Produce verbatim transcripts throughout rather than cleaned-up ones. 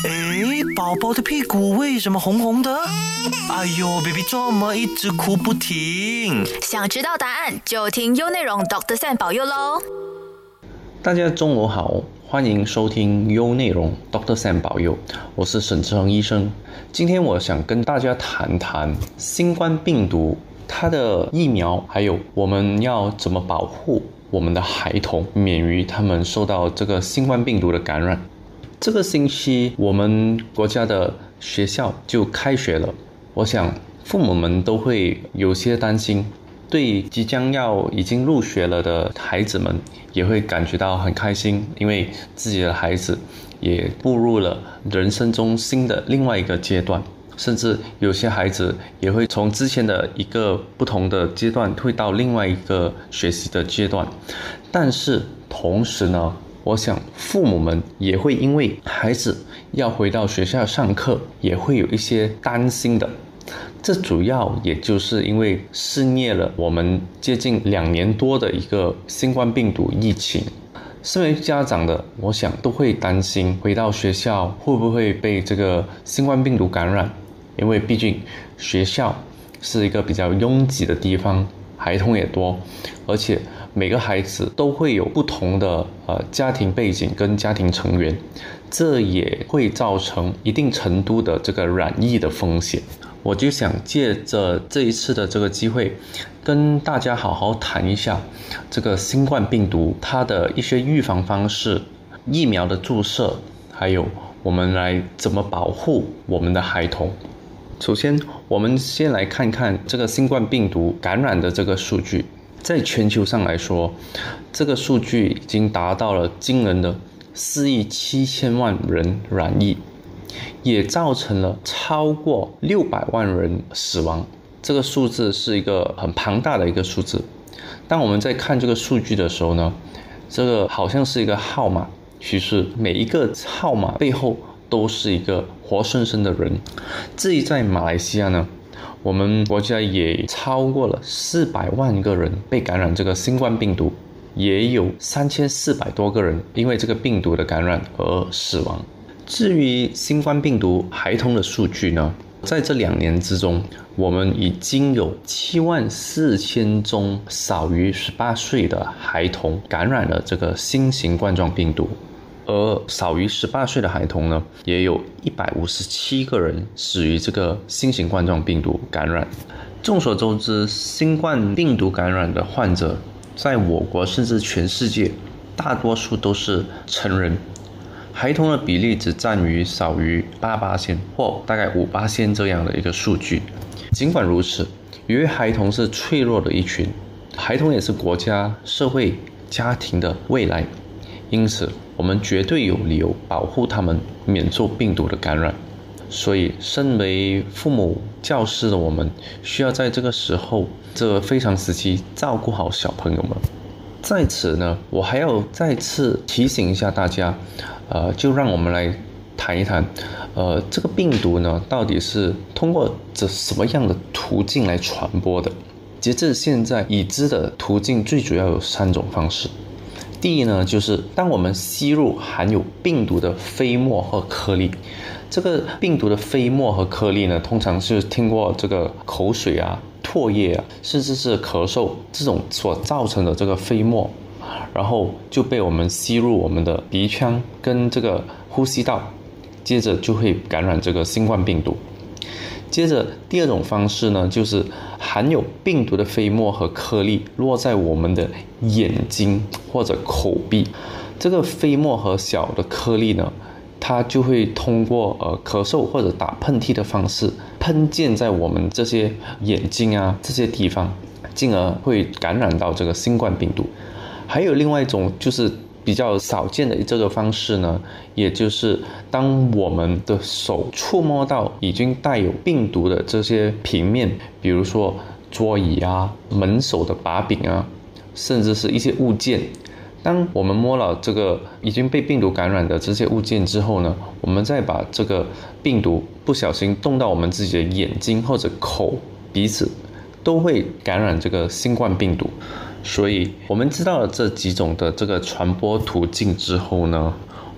诶，宝宝的屁股为什么红红的？哎呦 ，baby 怎么一直哭不停？ 想知道答案就听优内容 Doctor Sam 保佑喽！ 大家中午好，欢迎收听优内容 Doctor Sam 保佑，我是沈志恒医生。今天我想跟大家谈谈新冠病毒，它的疫苗，还有我们要怎么保护我们的孩童免于他们受到这个新冠病毒的感染。这个星期我们国家的学校就开学了，我想父母们都会有些担心，对即将要已经入学了的孩子们也会感觉到很开心，因为自己的孩子也步入了人生中新的另外一个阶段，甚至有些孩子也会从之前的一个不同的阶段会到另外一个学习的阶段。但是同时呢，我想父母们也会因为孩子要回到学校上课，也会有一些担心的。这主要也就是因为肆虐了我们接近两年多的一个新冠病毒疫情。身为家长的，我想都会担心回到学校会不会被这个新冠病毒感染，因为毕竟学校是一个比较拥挤的地方，孩童也多，而且每个孩子都会有不同的呃家庭背景跟家庭成员，这也会造成一定程度的这个染疫的风险。我就想借着这一次的这个机会，跟大家好好谈一下这个新冠病毒它的一些预防方式、疫苗的注射，还有我们来怎么保护我们的孩童。首先，我们先来看看这个新冠病毒感染的这个数据。在全球上来说，这个数据已经达到了惊人的四亿七千万人染疫，也造成了超过六百万人死亡。这个数字是一个很庞大的一个数字。当我们在看这个数据的时候呢，这个好像是一个号码，其实每一个号码背后都是一个活生生的人。至于在马来西亚呢，我们国家也超过了四百万个人被感染这个新冠病毒，也有三千四百多个人因为这个病毒的感染而死亡。至于新冠病毒孩童的数据呢，在这两年之中，我们已经有七万四千宗少于十八岁的孩童感染了这个新型冠状病毒，而少于十八岁的孩童呢，也有一百五十七个人死于这个新型冠状病毒感染。众所周知，新冠病毒感染的患者在我国甚至全世界大多数都是成人，孩童的比例只占于少于 百分之八 或大概 百分之五 这样的一个数据。尽管如此，由于孩童是脆弱的一群，孩童也是国家、社会、家庭的未来，因此我们绝对有理由保护他们免受病毒的感染。所以身为父母、教师的我们，需要在这个时候这个非常时期照顾好小朋友们。在此呢，我还要再次提醒一下大家，呃，就让我们来谈一谈，呃，这个病毒呢，到底是通过这什么样的途径来传播的？截至现在已知的途径最主要有三种方式。第一呢，就是当我们吸入含有病毒的飞沫和颗粒，这个病毒的飞沫和颗粒呢，通常是听过这个口水啊、唾液啊，甚至是咳嗽这种所造成的这个飞沫，然后就被我们吸入我们的鼻腔跟这个呼吸道，接着就会感染这个新冠病毒。接着第二种方式呢，就是含有病毒的飞沫和颗粒落在我们的眼睛或者口鼻，这个飞沫和小的颗粒呢，它就会通过呃咳嗽或者打喷嚏的方式喷溅在我们这些眼睛啊这些地方，进而会感染到这个新冠病毒。还有另外一种就是比较少见的这个方式呢，也就是当我们的手触摸到已经带有病毒的这些平面，比如说桌椅啊、门手的把柄啊，甚至是一些物件，当我们摸了这个已经被病毒感染的这些物件之后呢，我们再把这个病毒不小心动到我们自己的眼睛或者口、鼻子，都会感染这个新冠病毒。所以我们知道了这几种的这个传播途径之后呢，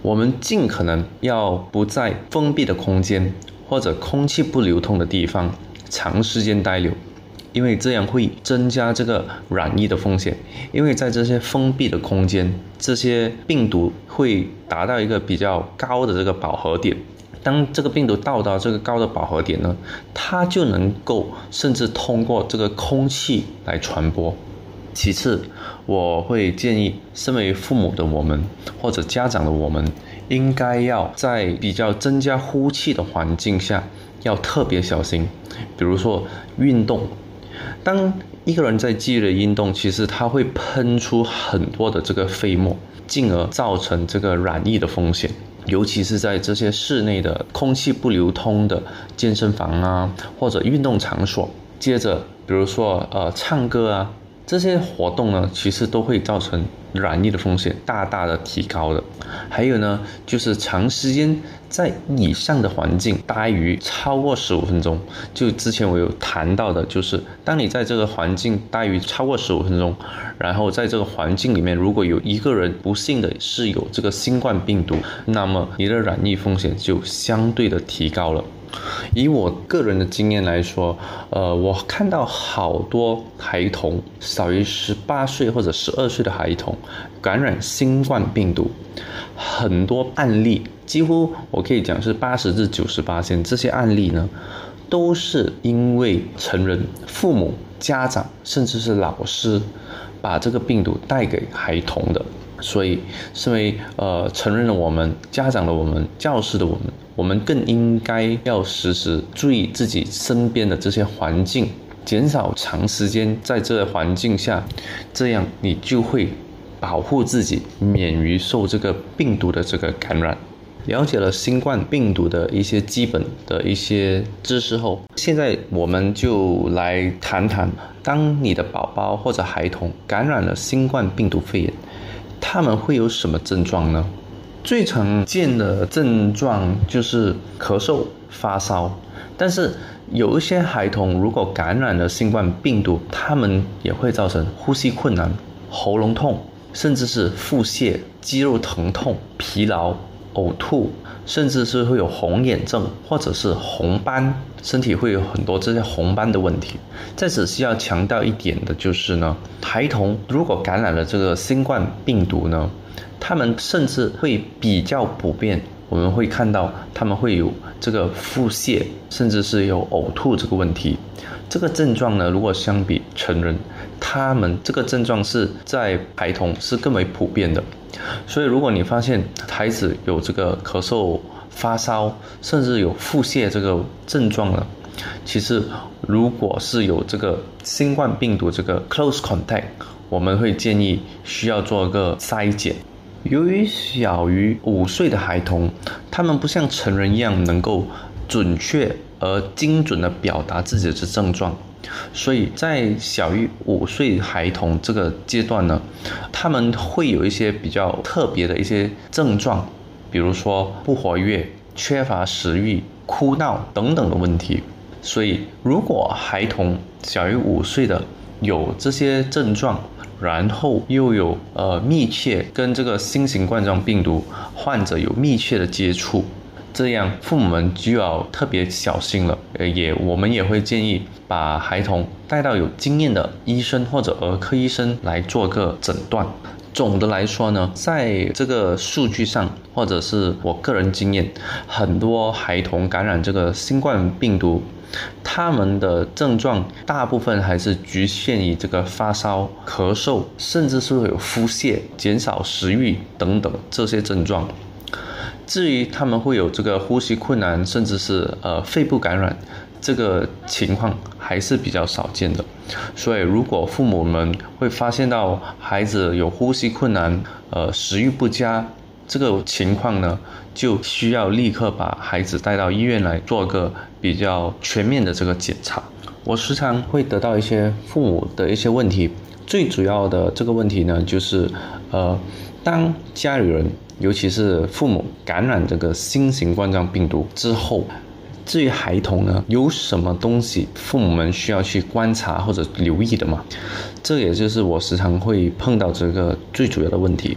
我们尽可能要不在封闭的空间或者空气不流通的地方长时间待留，因为这样会增加这个染疫的风险。因为在这些封闭的空间，这些病毒会达到一个比较高的这个饱和点，当这个病毒到达这个高的饱和点呢，它就能够甚至通过这个空气来传播。其次，我会建议身为父母的我们或者家长的我们，应该要在比较增加呼气的环境下要特别小心。比如说运动，当一个人在激烈的运动，其实他会喷出很多的这个飞沫，进而造成这个染疫的风险。尤其是在这些室内的空气不流通的健身房啊，或者运动场所，接着比如说呃唱歌啊，这些活动呢，其实都会造成染疫的风险大大的提高的。还有呢，就是长时间在以上的环境待于超过十五分钟，就之前我有谈到的，就是当你在这个环境待于超过十五分钟，然后在这个环境里面，如果有一个人不幸的是有这个新冠病毒，那么你的染疫风险就相对的提高了。以我个人的经验来说，呃，我看到好多孩童，小于十八岁或者十二岁的孩童感染新冠病毒，很多案例，几乎我可以讲是八十至九十八%，这些案例呢，都是因为成人、父母、家长甚至是老师把这个病毒带给孩童的。所以身为呃成人的我们、家长的我们、教师的我们，我们更应该要时时注意自己身边的这些环境，减少长时间在这个环境下，这样你就会保护自己免于受这个病毒的这个感染。了解了新冠病毒的一些基本的一些知识后，现在我们就来谈谈，当你的宝宝或者孩童感染了新冠病毒肺炎，他们会有什么症状呢？最常见的症状就是咳嗽、发烧，但是有一些孩童如果感染了新冠病毒，他们也会造成呼吸困难、喉咙痛，甚至是腹泻、肌肉疼痛、疲劳、呕吐，甚至是会有红眼症或者是红斑，身体会有很多这些红斑的问题。在此需要强调一点的就是呢，孩童如果感染了这个新冠病毒呢，他们甚至会比较普遍，我们会看到他们会有这个腹泻，甚至是有呕吐这个问题。这个症状呢，如果相比成人，他们这个症状是在孩童是更为普遍的。所以如果你发现孩子有这个咳嗽、发烧，甚至有腹泻这个症状呢，其实如果是有这个新冠病毒这个 close contact， 我们会建议需要做一个筛检。由于小于五岁的孩童，他们不像成人一样能够准确而精准地表达自己的症状，所以在小于五岁孩童这个阶段呢，他们会有一些比较特别的一些症状，比如说不活跃、缺乏食欲、哭闹等等的问题。所以如果孩童小于五岁的有这些症状，然后又有呃密切跟这个新型冠状病毒患者有密切的接触，这样父母们就要特别小心了。呃，也我们也会建议把孩童带到有经验的医生或者儿科医生来做个诊断。总的来说呢，在这个数据上，或者是我个人经验，很多孩童感染这个新冠病毒，他们的症状大部分还是局限于这个发烧、咳嗽，甚至是会有腹泻、减少食欲等等这些症状。至于他们会有这个呼吸困难，甚至是呃肺部感染，这个情况还是比较少见的。所以如果父母们会发现到孩子有呼吸困难、呃食欲不佳这个情况呢，就需要立刻把孩子带到医院来做个比较全面的这个检查。我时常会得到一些父母的一些问题，最主要的这个问题呢，就是呃当家里人尤其是父母感染这个新型冠状病毒之后，至于孩童呢，有什么东西父母们需要去观察或者留意的吗？这也就是我时常会碰到这个最主要的问题。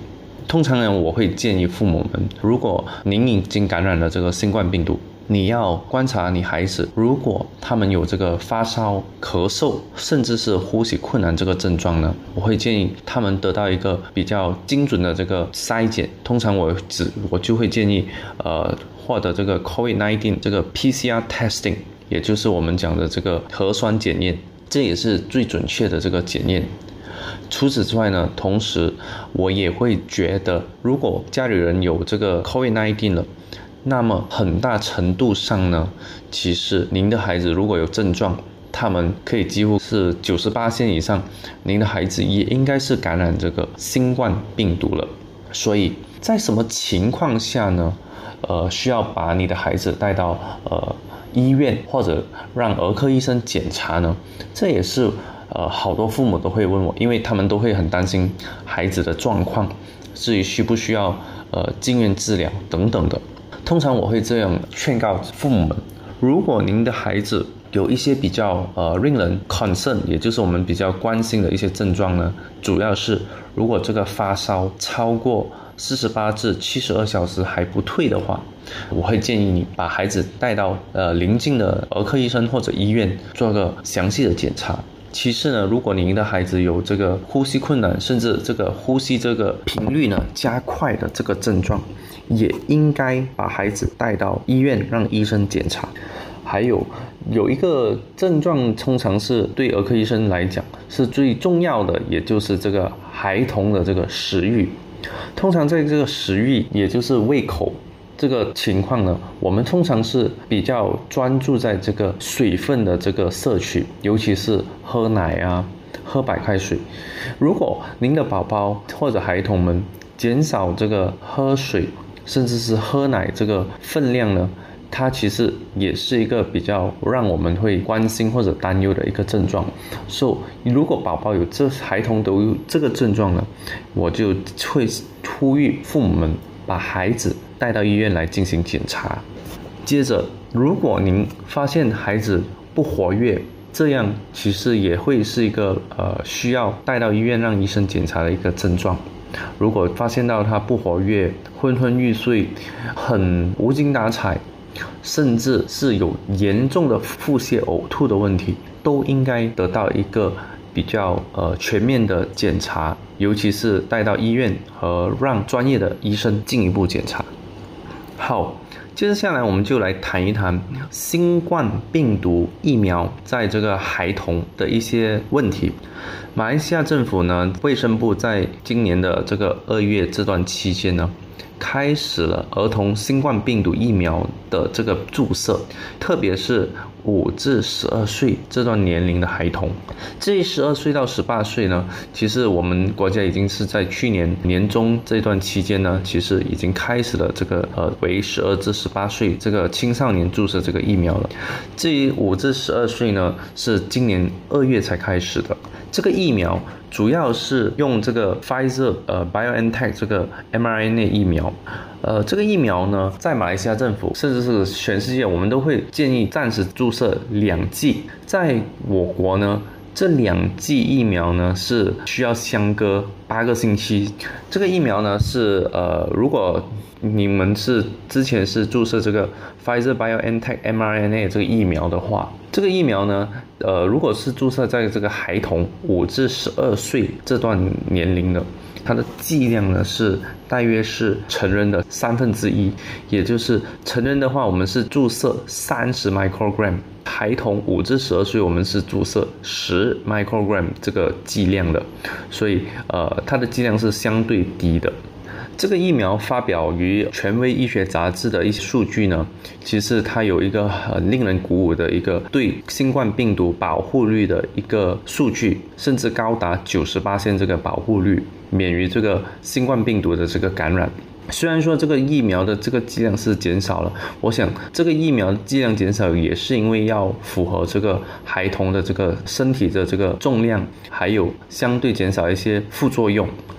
通常呢，我会建议父母们，如果您已经感染了这个新冠病毒，你要观察你孩子，如果他们有这个发烧、咳嗽，甚至是呼吸困难这个症状呢，我会建议他们得到一个比较精准的这个筛检。通常我只我就会建议，呃，获得这个 COVID 十九 这个 P C R testing， 也就是我们讲的这个核酸检验，这也是最准确的这个检验。除此之外呢，同时我也会觉得，如果家里人有这个 COVID 十九 了，那么很大程度上呢，其实您的孩子如果有症状，他们可以几乎是 百分之九十八 以上，您的孩子也应该是感染这个新冠病毒了。所以在什么情况下呢，呃，需要把你的孩子带到呃医院或者让儿科医生检查呢？这也是呃好多父母都会问我，因为他们都会很担心孩子的状况，至于需不需要呃进院治疗等等的。通常我会这样劝告父母们，如果您的孩子有一些比较呃令人 concern， 也就是我们比较关心的一些症状呢，主要是如果这个发烧超过四十八至七十二小时还不退的话，我会建议你把孩子带到呃邻近的儿科医生或者医院做个详细的检查。其次呢，如果您的孩子有这个呼吸困难，甚至这个呼吸这个频率呢加快的这个症状，也应该把孩子带到医院让医生检查。还有有一个症状，通常是对儿科医生来讲是最重要的，也就是这个孩童的这个食欲。通常在这个食欲，也就是胃口这个情况呢，我们通常是比较专注在这个水分的这个摄取，尤其是喝奶啊、喝白开水。如果您的宝宝或者孩童们减少这个喝水，甚至是喝奶这个分量呢，它其实也是一个比较让我们会关心或者担忧的一个症状。所以如果宝宝有这孩童都有这个症状呢，我就会呼吁父母们把孩子带到医院来进行检查。接着，如果您发现孩子不活跃，这样其实也会是一个呃需要带到医院让医生检查的一个症状。如果发现到他不活跃、昏昏欲睡、很无精打采，甚至是有严重的腹泻、呕吐的问题，都应该得到一个比较呃全面的检查，尤其是带到医院和让专业的医生进一步检查。好，接着下来我们就来谈一谈新冠病毒疫苗在这个孩童的一些问题。马来西亚政府呢，卫生部在今年的这个二月这段期间呢，开始了儿童新冠病毒疫苗的这个注射，特别是五至十二岁这段年龄的孩童。这十二岁到十八岁呢，其实我们国家已经是在去年年中这段期间呢，其实已经开始了这个呃为十二至十八岁这个青少年注射这个疫苗了。至于五至十二岁呢，是今年二月才开始的。这个疫苗主要是用这个 Pfizer 呃 BioNTech 这个 M R N A 疫苗。呃，这个疫苗呢，在马来西亚政府甚至是全世界，我们都会建议暂时注射两剂。在我国呢，这两剂疫苗呢是需要相隔八个星期。这个疫苗呢是呃，如果你们是之前是注射这个 Pfizer BioNTech M R N A 这个疫苗的话，这个疫苗呢，呃，如果是注射在这个孩童五至十二岁这段年龄的，它的剂量呢是大约是成人的三分之一，也就是成人的话，我们是注射三十 microgram， 孩童五至十二岁我们是注射十 microgram 这个剂量的，所以呃，它的剂量是相对低的。这个疫苗发表于权威医学杂志的一些数据呢，其实它有一个很令人鼓舞的一个对新冠病毒保护率的一个数据，甚至高达 百分之九十八 这个保护率，免于这个新冠病毒的这个感染。虽然说这个疫苗的这个剂量是减少了，我想这个疫苗剂量减少也是因为要符合这个孩童的这个身体的这个重量，还有相对减少一些副作用。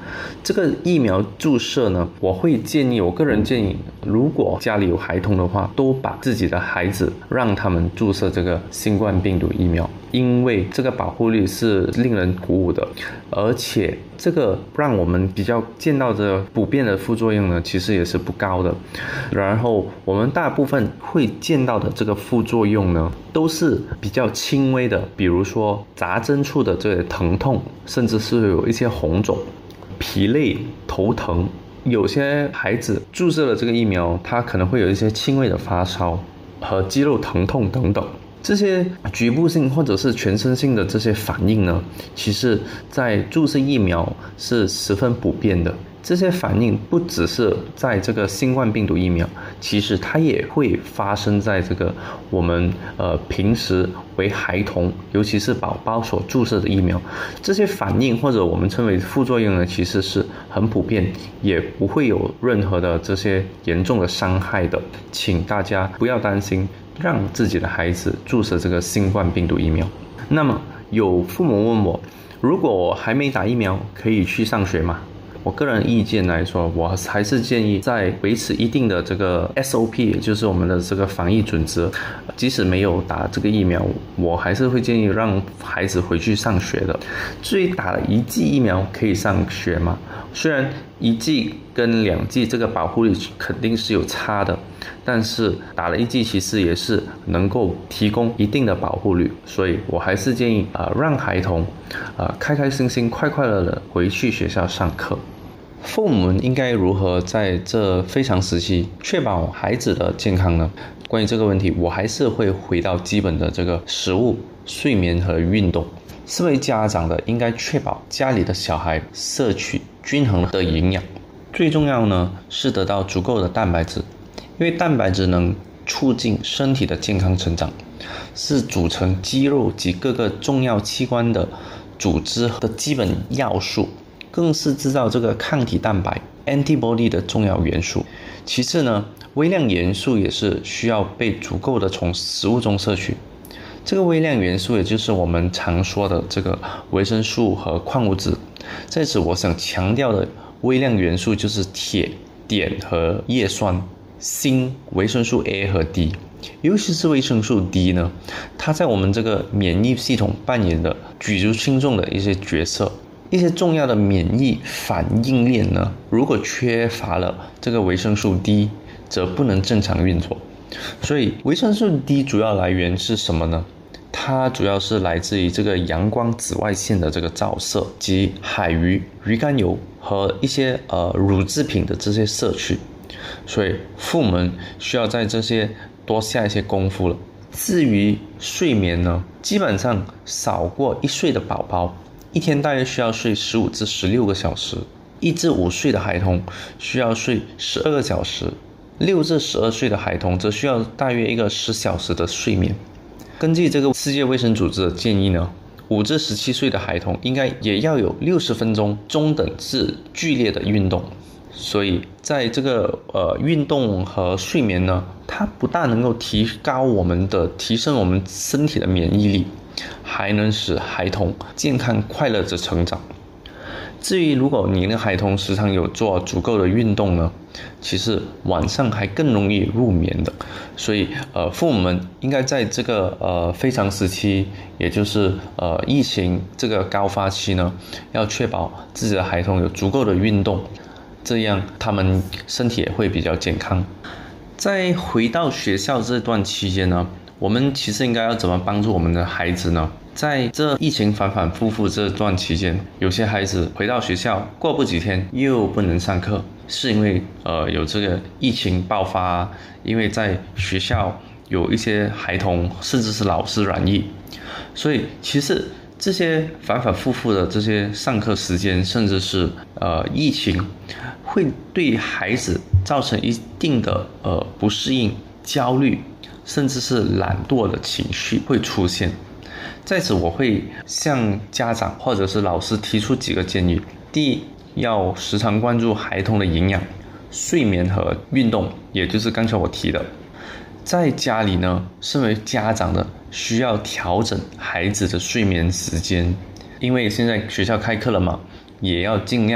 这个疫苗注射呢，我会建议，我个人建议，如果家里有孩童的话，都把自己的孩子让他们注射这个新冠病毒疫苗，因为这个保护力是令人鼓舞的，而且这个让我们比较见到的普遍的副作用呢，其实也是不高的。然后我们大部分会见到的这个副作用呢，都是比较轻微的，比如说扎针处的这个疼痛，甚至是有一些红肿、疲累、头疼。有些孩子注射了这个疫苗，他可能会有一些轻微的发烧和肌肉疼痛等等。这些局部性或者是全身性的这些反应呢，其实在注射疫苗是十分普遍的。这些反应不只是在这个新冠病毒疫苗，其实它也会发生在这个我们呃平时为孩童，尤其是宝宝所注射的疫苗。这些反应或者我们称为副作用呢，其实是很普遍，也不会有任何的这些严重的伤害的。请大家不要担心，让自己的孩子注射这个新冠病毒疫苗。那么有父母问我，如果我还没打疫苗，可以去上学吗？我个人意见来说，我还是建议在维持一定的这个 S O P， 也就是我们的这个防疫准则，即使没有打这个疫苗，我还是会建议让孩子回去上学的。至于打了一剂疫苗可以上学吗？虽然一剂跟两剂这个保护力肯定是有差的，但是打了一剂其实也是能够提供一定的保护率，所以我还是建议呃让孩童呃开开心心、快快乐乐回去学校上课。父母们应该如何在这非常时期确保孩子的健康呢？关于这个问题，我还是会回到基本的这个食物、睡眠和运动。身为家长的，应该确保家里的小孩摄取均衡的营养。最重要呢是得到足够的蛋白质，因为蛋白质能促进身体的健康成长，是组成肌肉及各个重要器官的组织的基本要素，更是制造这个抗体蛋白 antibody 的重要元素。其次呢，微量元素也是需要被足够的从食物中摄取。这个微量元素也就是我们常说的这个维生素和矿物质。在此我想强调的微量元素就是铁、碘和叶酸、锌、维生素 A 和 D。尤其是维生素 D 呢，它在我们这个免疫系统扮演的举足轻重的一些角色。一些重要的免疫反应链呢，如果缺乏了这个维生素 D， 则不能正常运作。所以维生素 D 主要来源是什么呢？它主要是来自于这个阳光紫外线的这个照射及海鱼、鱼肝油和一些呃乳制品的这些摄取。所以父母们需要在这些多下一些功夫了。至于睡眠呢，基本上少过一岁的宝宝一天大约需要睡十五至十六个小时，一至五岁的孩童需要睡十二个小时，六至十二岁的孩童则需要大约一个十小时的睡眠。根据这个世界卫生组织的建议呢，五至十七岁的孩童应该也要有六十分钟中等至剧烈的运动。所以在这个呃运动和睡眠呢，它不但能够提高我们的提升我们身体的免疫力，还能使孩童健康快乐着成长。至于如果你的孩童时常有做足够的运动呢，其实晚上还更容易入眠的。所以呃父母们应该在这个呃非常时期，也就是呃疫情这个高发期呢，要确保自己的孩童有足够的运动，这样他们身体也会比较健康。在回到学校这段期间呢，我们其实应该要怎么帮助我们的孩子呢？在这疫情反反复复这段期间，有些孩子回到学校过不几天又不能上课，是因为呃有这个疫情爆发，因为在学校有一些孩童甚至是老师染疫，所以其实这些反反复复的这些上课时间，甚至是呃疫情，会对孩子造成一定的呃不适应、焦虑，甚至是懒惰的情绪会出现。在此我会向家长或者是老师提出几个建议。第一，要时常关注孩童的营养、睡眠和运动，也就是刚才我提的。在家里呢，身为家长的需要调整孩子的睡眠时间，因为现在学校开课了嘛，也要尽量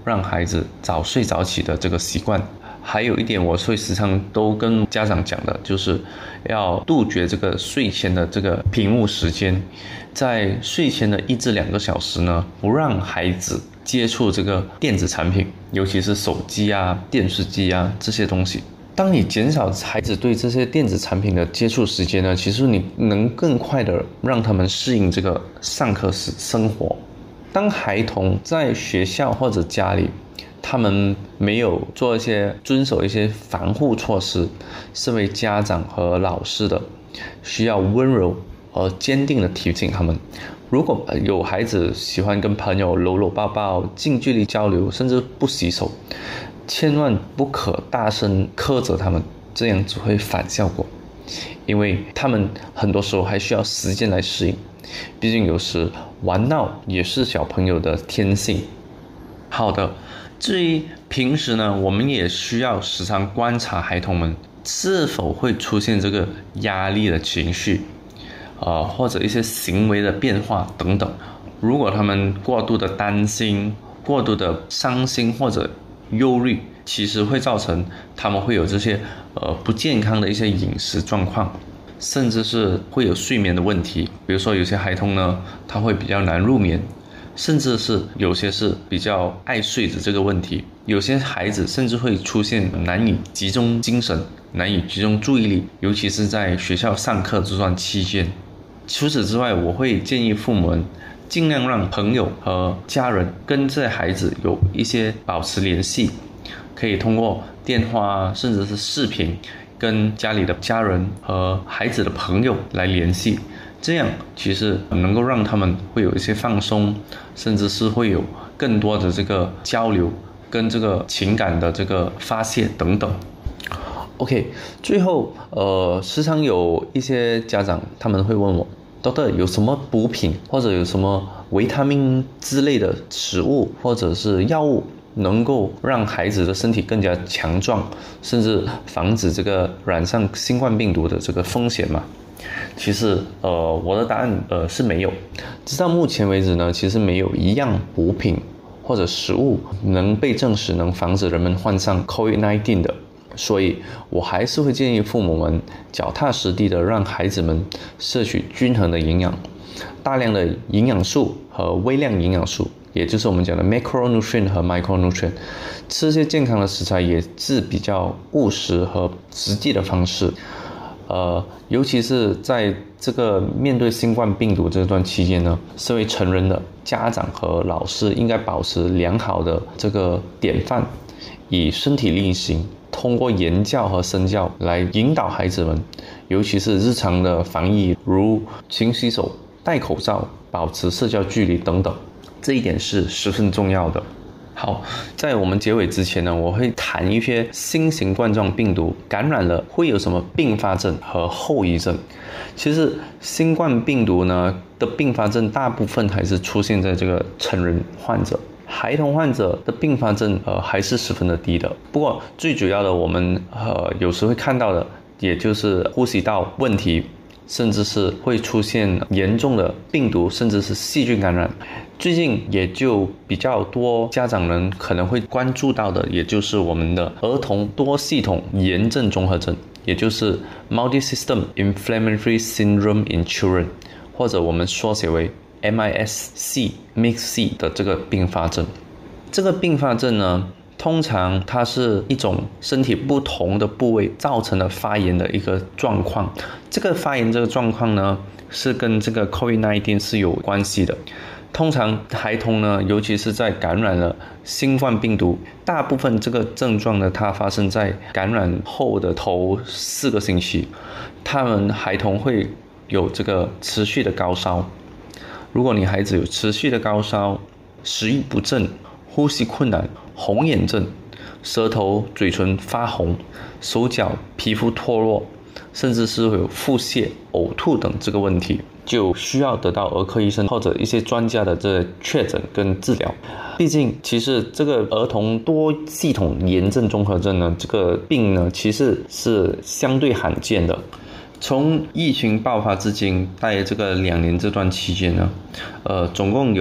让孩子早睡早起的这个习惯。还有一点我会时常都跟家长讲的，就是要杜绝这个睡前的这个屏幕时间，在睡前的一至两个小时呢，不让孩子接触这个电子产品，尤其是手机啊、电视机啊这些东西。当你减少孩子对这些电子产品的接触时间呢，其实你能更快的让他们适应这个上课时生活。当孩童在学校或者家里，他们没有做一些遵守一些防护措施，身为家长和老师的，需要温柔而坚定的提醒他们。如果有孩子喜欢跟朋友搂搂抱抱、近距离交流，甚至不洗手，千万不可大声苛责他们，这样只会反效果，因为他们很多时候还需要时间来适应，毕竟有时玩闹也是小朋友的天性。好的，至于平时呢，我们也需要时常观察孩童们是否会出现这个压力的情绪，呃，或者一些行为的变化等等。如果他们过度的担心、过度的伤心或者忧虑，其实会造成他们会有这些呃不健康的一些饮食状况，甚至是会有睡眠的问题。比如说有些孩童呢，他会比较难入眠，甚至是有些是比较爱睡的这个问题。有些孩子甚至会出现难以集中精神、难以集中注意力，尤其是在学校上课这段期间。除此之外，我会建议父母们尽量让朋友和家人跟这孩子有一些保持联系，可以通过电话甚至是视频跟家里的家人和孩子的朋友来联系，这样其实能够让他们会有一些放松，甚至是会有更多的这个交流跟这个情感的这个发泄等等。OK， 最后呃，时常有一些家长他们会问我，Doctor 有什么补品或者有什么维他命之类的食物或者是药物能够让孩子的身体更加强壮，甚至防止这个染上新冠病毒的这个风险吗？其实呃，我的答案呃是没有。直到目前为止呢，其实没有一样补品或者食物能被证实能防止人们患上 COVID 十九 的。所以我还是会建议父母们脚踏实地的让孩子们摄取均衡的营养，大量的营养素和微量营养素，也就是我们讲的 macronutrient 和 micronutrient。 吃些健康的食材也是比较务实和实际的方式。呃，尤其是在这个面对新冠病毒这段期间呢，身为成人的家长和老师应该保持良好的这个典范，以身体力行，通过言教和身教来引导孩子们，尤其是日常的防疫，如勤洗手、戴口罩、保持社交距离等等，这一点是十分重要的。好，在我们结尾之前呢，我会谈一些新型冠状病毒感染了会有什么并发症和后遗症。其实新冠病毒呢的并发症大部分还是出现在这个成人患者，孩童患者的并发症呃还是十分的低的。不过最主要的我们呃有时会看到的，也就是呼吸道问题，甚至是会出现严重的病毒甚至是细菌感染。最近也就比较多家长人可能会关注到的，也就是我们的儿童多系统炎症综合症，也就是 Multi-System Inflammatory Syndrome in Children， 或者我们缩写为 M I S C、Mix C 的这个并发症。这个并发症呢，通常它是一种身体不同的部位造成的发炎的一个状况。这个发炎这个状况呢，是跟这个 COVID 十九 是有关系的。通常孩童呢，尤其是在感染了新冠病毒，大部分这个症状呢，它发生在感染后的头四个星期。他们孩童会有这个持续的高烧。如果你孩子有持续的高烧、食欲不振、呼吸困难、红眼症、舌头、嘴唇发红、手脚皮肤脱落，甚至是会有腹泻、呕吐等这个问题，就需要得到儿科医生或者一些专家的这确诊跟治疗。毕竟其实这个儿童多系统炎症综合症呢，这个病呢其实是相对罕见的。从疫情爆发至今，在这个两年这段期间呢，呃，总共有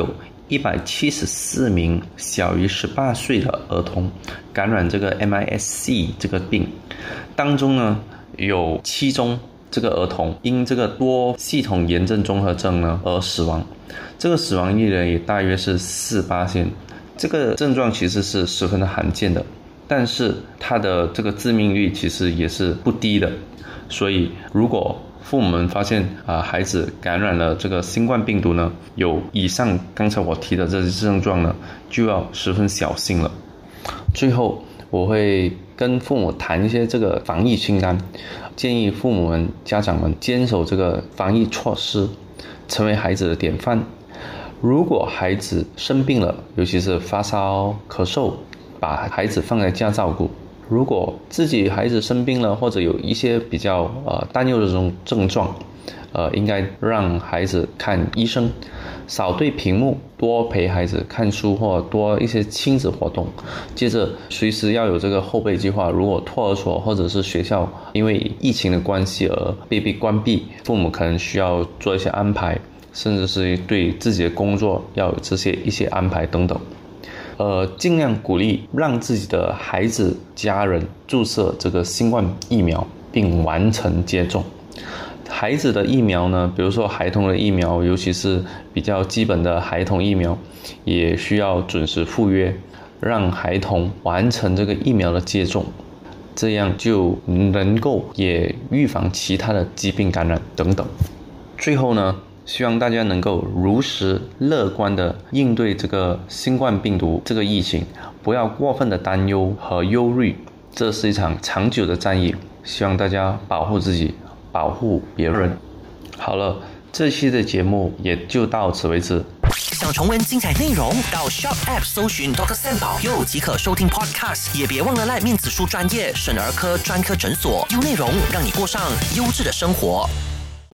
一百七十四名小于十八岁的儿童感染这个 M I S C 这个病，当中呢有七宗这个儿童因这个多系统炎症综合症呢而死亡，这个死亡率呢也大约是百分之四，这个症状其实是十分的罕见的，但是它的这个致命率其实也是不低的，所以如果父母们发现啊、呃、孩子感染了这个新冠病毒呢，有以上刚才我提的这些症状呢，就要十分小心了。最后我会跟父母谈一些这个防疫清单，建议父母们家长们坚守这个防疫措施，成为孩子的典范。如果孩子生病了，尤其是发烧咳嗽，把孩子放在家照顾。如果自己孩子生病了，或者有一些比较呃担忧的这种症状，呃，应该让孩子看医生，少对屏幕，多陪孩子看书或多一些亲子活动。接着随时要有这个后备计划，如果托儿所或者是学校因为疫情的关系而被被关闭，父母可能需要做一些安排，甚至是对自己的工作要有这些一些安排等等。呃，尽量鼓励让自己的孩子、家人注射这个新冠疫苗，并完成接种。孩子的疫苗呢，比如说孩童的疫苗，尤其是比较基本的孩童疫苗，也需要准时赴约，让孩童完成这个疫苗的接种，这样就能够也预防其他的疾病感染等等。最后呢，希望大家能够如实乐观的应对这个新冠病毒这个疫情，不要过分的担忧和忧虑，这是一场长久的战役，希望大家保护自己，保护别人。好了，这期的节目也就到此为止。 想重温精彩内容，到 Shop App 搜寻 Doctor Sam 保佑即可收听 Podcast， 也别忘了赖面子书专业省儿科专科诊所，优内容让你过上优质的生活。